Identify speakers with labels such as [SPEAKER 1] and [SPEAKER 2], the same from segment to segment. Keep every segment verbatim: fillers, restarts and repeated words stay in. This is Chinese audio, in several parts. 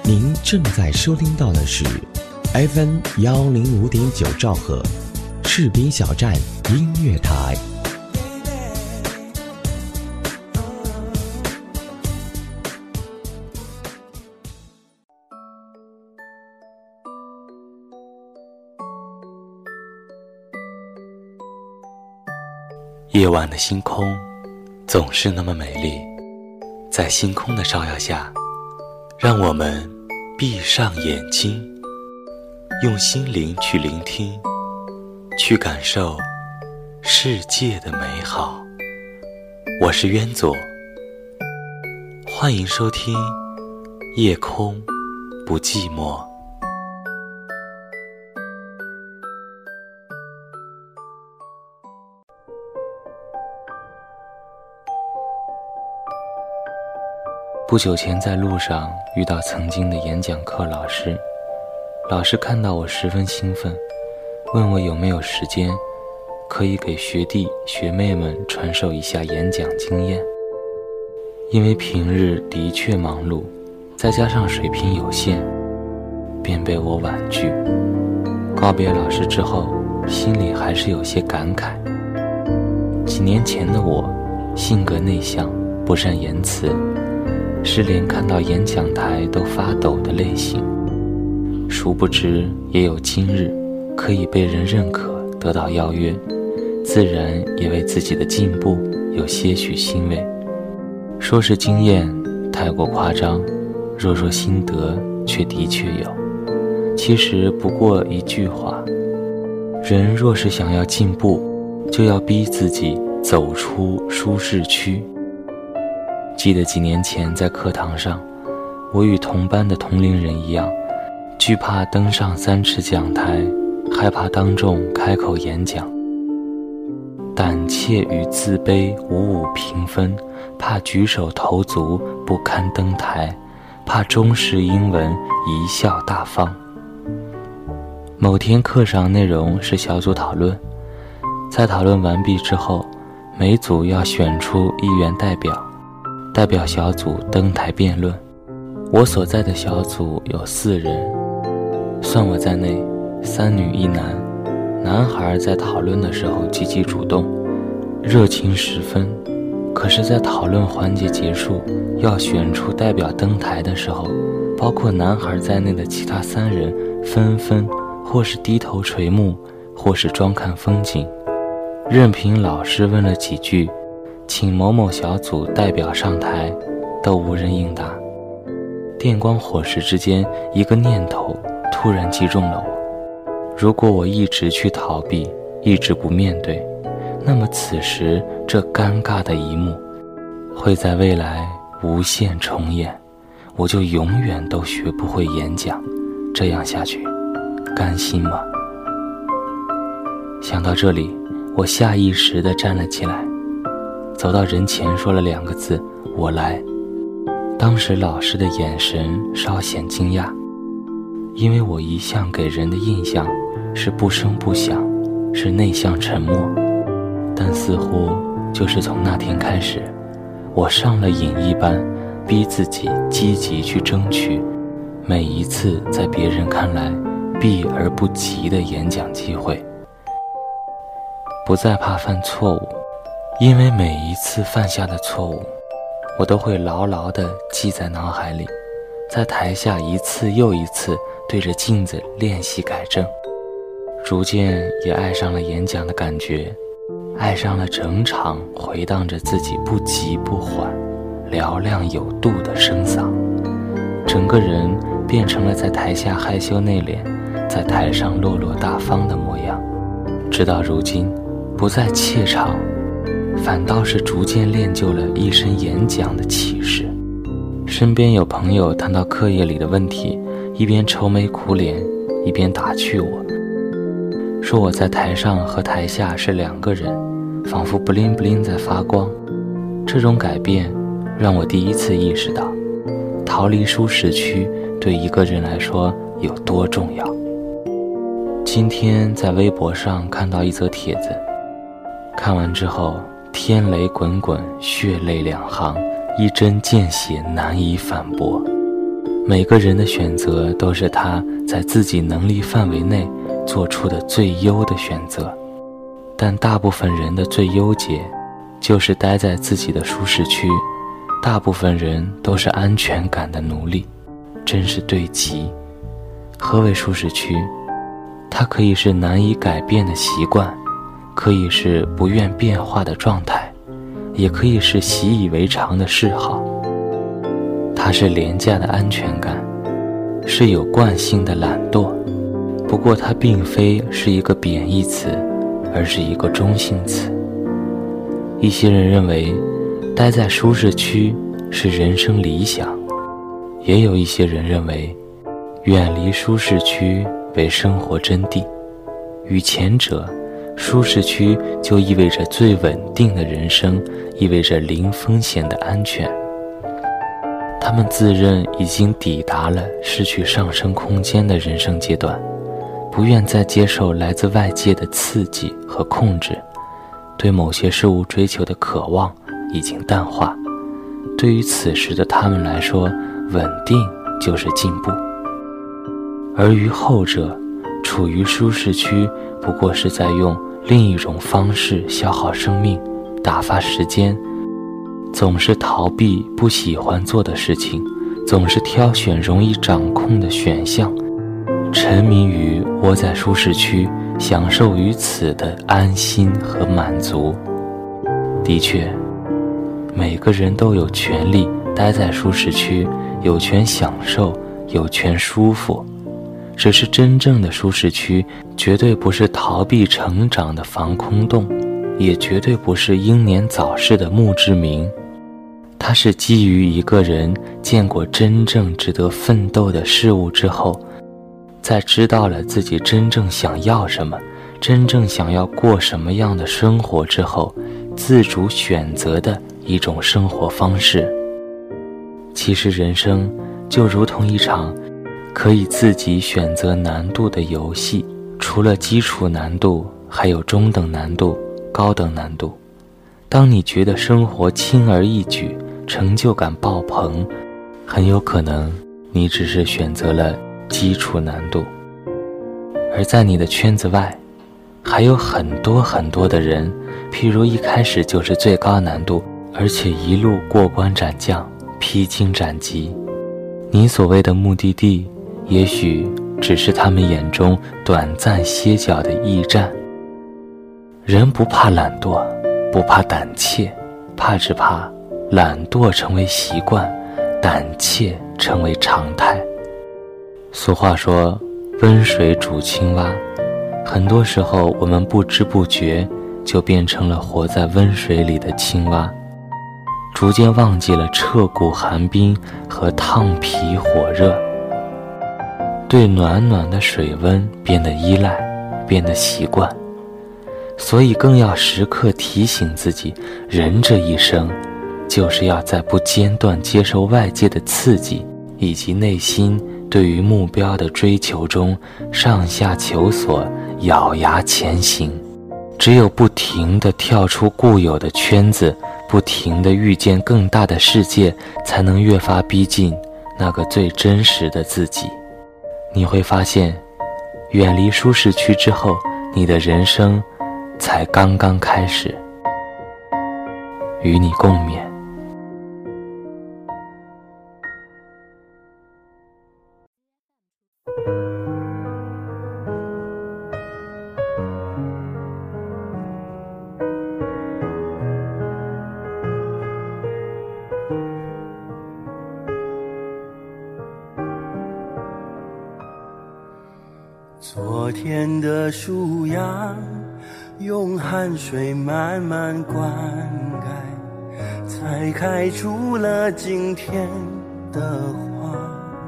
[SPEAKER 1] 您正在收听到的是 F M 幺零五点九兆赫士兵小站音乐台。
[SPEAKER 2] 夜晚的星空总是那么美丽，在星空的照耀下，让我们闭上眼睛，用心灵去聆听，去感受世界的美好。我是渊左，欢迎收听夜空不寂寞。不久前在路上遇到曾经的演讲课老师，老师看到我十分兴奋，问我有没有时间可以给学弟学妹们传授一下演讲经验。因为平日的确忙碌，再加上水平有限，便被我婉拒。告别老师之后，心里还是有些感慨。几年前的我性格内向，不善言辞，是连看到演讲台都发抖的类型。殊不知也有今日可以被人认可，得到邀约，自然也为自己的进步有些许欣慰。说是经验太过夸张，若说心得却的确有。其实不过一句话，人若是想要进步，就要逼自己走出舒适区。记得几年前在课堂上，我与同班的同龄人一样，惧怕登上三尺讲台，害怕当众开口演讲，胆怯与自卑五五平分，怕举手投足不堪登台，怕中式英文贻笑大方。某天课上内容是小组讨论，在讨论完毕之后，每组要选出一员代表，代表小组登台辩论。我所在的小组有四人，算我在内，三女一男。男孩在讨论的时候积极主动，热情十分，可是在讨论环节结束，要选出代表登台的时候，包括男孩在内的其他三人纷纷或是低头垂目，或是装看风景，任凭老师问了几句请某某小组代表上台，都无人应答。电光火石之间，一个念头突然击中了我，如果我一直去逃避，一直不面对，那么此时这尴尬的一幕会在未来无限重演，我就永远都学不会演讲。这样下去甘心吗？想到这里，我下意识地站了起来，走到人前说了两个字：我来。当时老师的眼神稍显惊讶，因为我一向给人的印象是不声不响，是内向沉默。但似乎就是从那天开始，我上了瘾一般，逼自己积极去争取每一次在别人看来避而不及的演讲机会。不再怕犯错误，因为每一次犯下的错误，我都会牢牢地记在脑海里，在台下一次又一次对着镜子练习改正。逐渐也爱上了演讲的感觉，爱上了整场回荡着自己不急不缓、嘹亮有度的声嗓，整个人变成了在台下害羞内敛，在台上落落大方的模样。直到如今，不再怯场，反倒是逐渐练就了一身演讲的气势。身边有朋友谈到课业里的问题，一边愁眉苦脸，一边打趣我，说我在台上和台下是两个人，仿佛不灵不灵在发光。这种改变让我第一次意识到，逃离舒适区对一个人来说有多重要。今天在微博上看到一则帖子，看完之后天雷滚滚，血泪两行，一针见血，难以反驳。 每个人的选择都是他在自己能力范围内做出的最优的选择，但大部分人的最优解就是待在自己的舒适区，大部分人都是安全感的奴隶，真是对极。何为舒适区？它可以是难以改变的习惯，可以是不愿变化的状态，也可以是习以为常的嗜好。它是廉价的安全感，是有惯性的懒惰。不过它并非是一个贬义词，而是一个中性词。一些人认为待在舒适区是人生理想，也有一些人认为远离舒适区为生活真谛。与前者，舒适区就意味着最稳定的人生，意味着零风险的安全。他们自认已经抵达了失去上升空间的人生阶段，不愿再接受来自外界的刺激和控制，对某些事物追求的渴望已经淡化。对于此时的他们来说，稳定就是进步。而于后者，处于舒适区不过是在用另一种方式消耗生命，打发时间，总是逃避不喜欢做的事情，总是挑选容易掌控的选项，沉迷于窝在舒适区，享受于此的安心和满足。的确，每个人都有权利待在舒适区，有权享受，有权舒服。只是真正的舒适区绝对不是逃避成长的防空洞，也绝对不是英年早逝的墓志铭。它是基于一个人见过真正值得奋斗的事物之后，在知道了自己真正想要什么，真正想要过什么样的生活之后，自主选择的一种生活方式。其实人生就如同一场可以自己选择难度的游戏，除了基础难度，还有中等难度、高等难度。当你觉得生活轻而易举，成就感爆棚，很有可能你只是选择了基础难度。而在你的圈子外，还有很多很多的人，譬如一开始就是最高难度，而且一路过关斩将，披荆斩棘。你所谓的目的地，也许只是他们眼中短暂歇脚的驿站。人不怕懒惰，不怕胆怯，怕只怕懒惰成为习惯，胆怯成为常态。俗话说温水煮青蛙，很多时候我们不知不觉就变成了活在温水里的青蛙，逐渐忘记了彻骨寒冰和烫皮火热，对暖暖的水温变得依赖，变得习惯。所以更要时刻提醒自己，人这一生就是要在不间断接受外界的刺激以及内心对于目标的追求中上下求索，咬牙前行。只有不停地跳出固有的圈子，不停地遇见更大的世界，才能越发逼近那个最真实的自己。你会发现，远离舒适区之后，你的人生才刚刚开始。与你共勉。
[SPEAKER 3] 昨天的树芽用汗水慢慢灌溉，才开出了今天的花。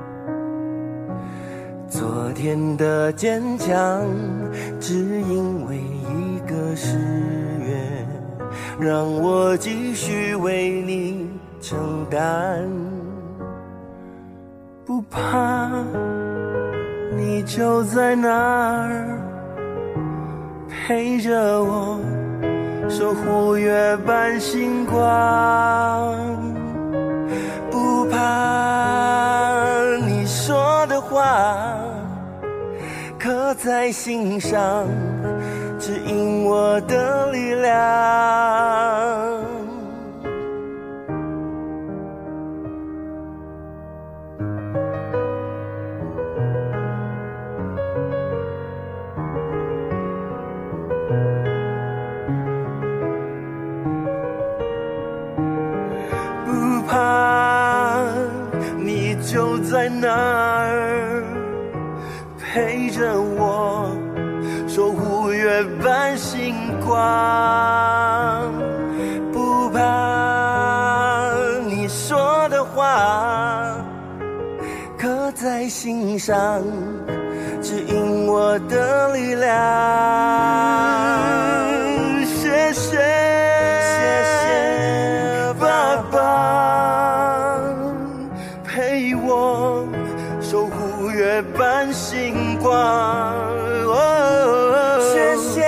[SPEAKER 3] 昨天的坚强只因为一个誓约，让我继续为你承担。不怕你就在那儿陪着我，守护月半星光。不怕你在心上，指引我的力量。不怕，你就在那儿陪着我，守护月半星光。不怕，你说的话刻在心上，指引我的力量。谢谢，谢谢爸爸陪我守护月半星光。哦，谢谢，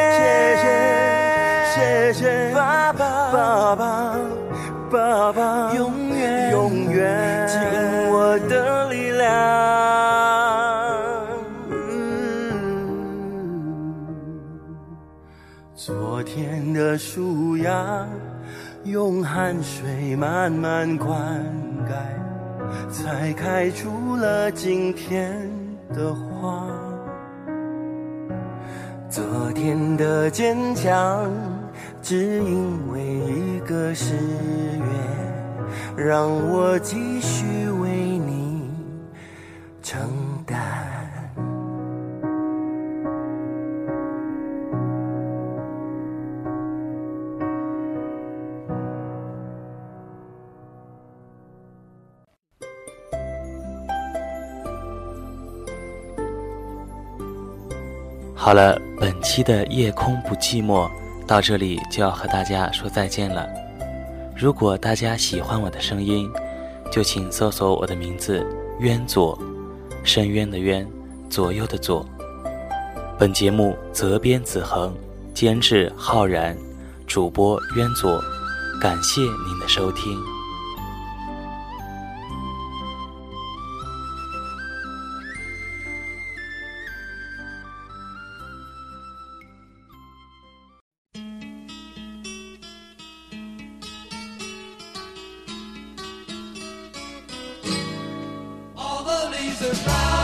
[SPEAKER 3] 谢谢，谢谢爸爸，爸爸，爸爸，永远，永远指引我的力量。昨天的树芽，用汗水慢慢灌溉，才开出了今天的花。昨天的坚强，只因为一个誓约，让我继续为你承担。
[SPEAKER 2] 好了，本期的夜空不寂寞到这里就要和大家说再见了。如果大家喜欢我的声音，就请搜索我的名字渊左，深渊的渊，左右的左。本节目责编子恒，监制浩然，主播渊左，感谢您的收听。
[SPEAKER 4] All the leaves are brown.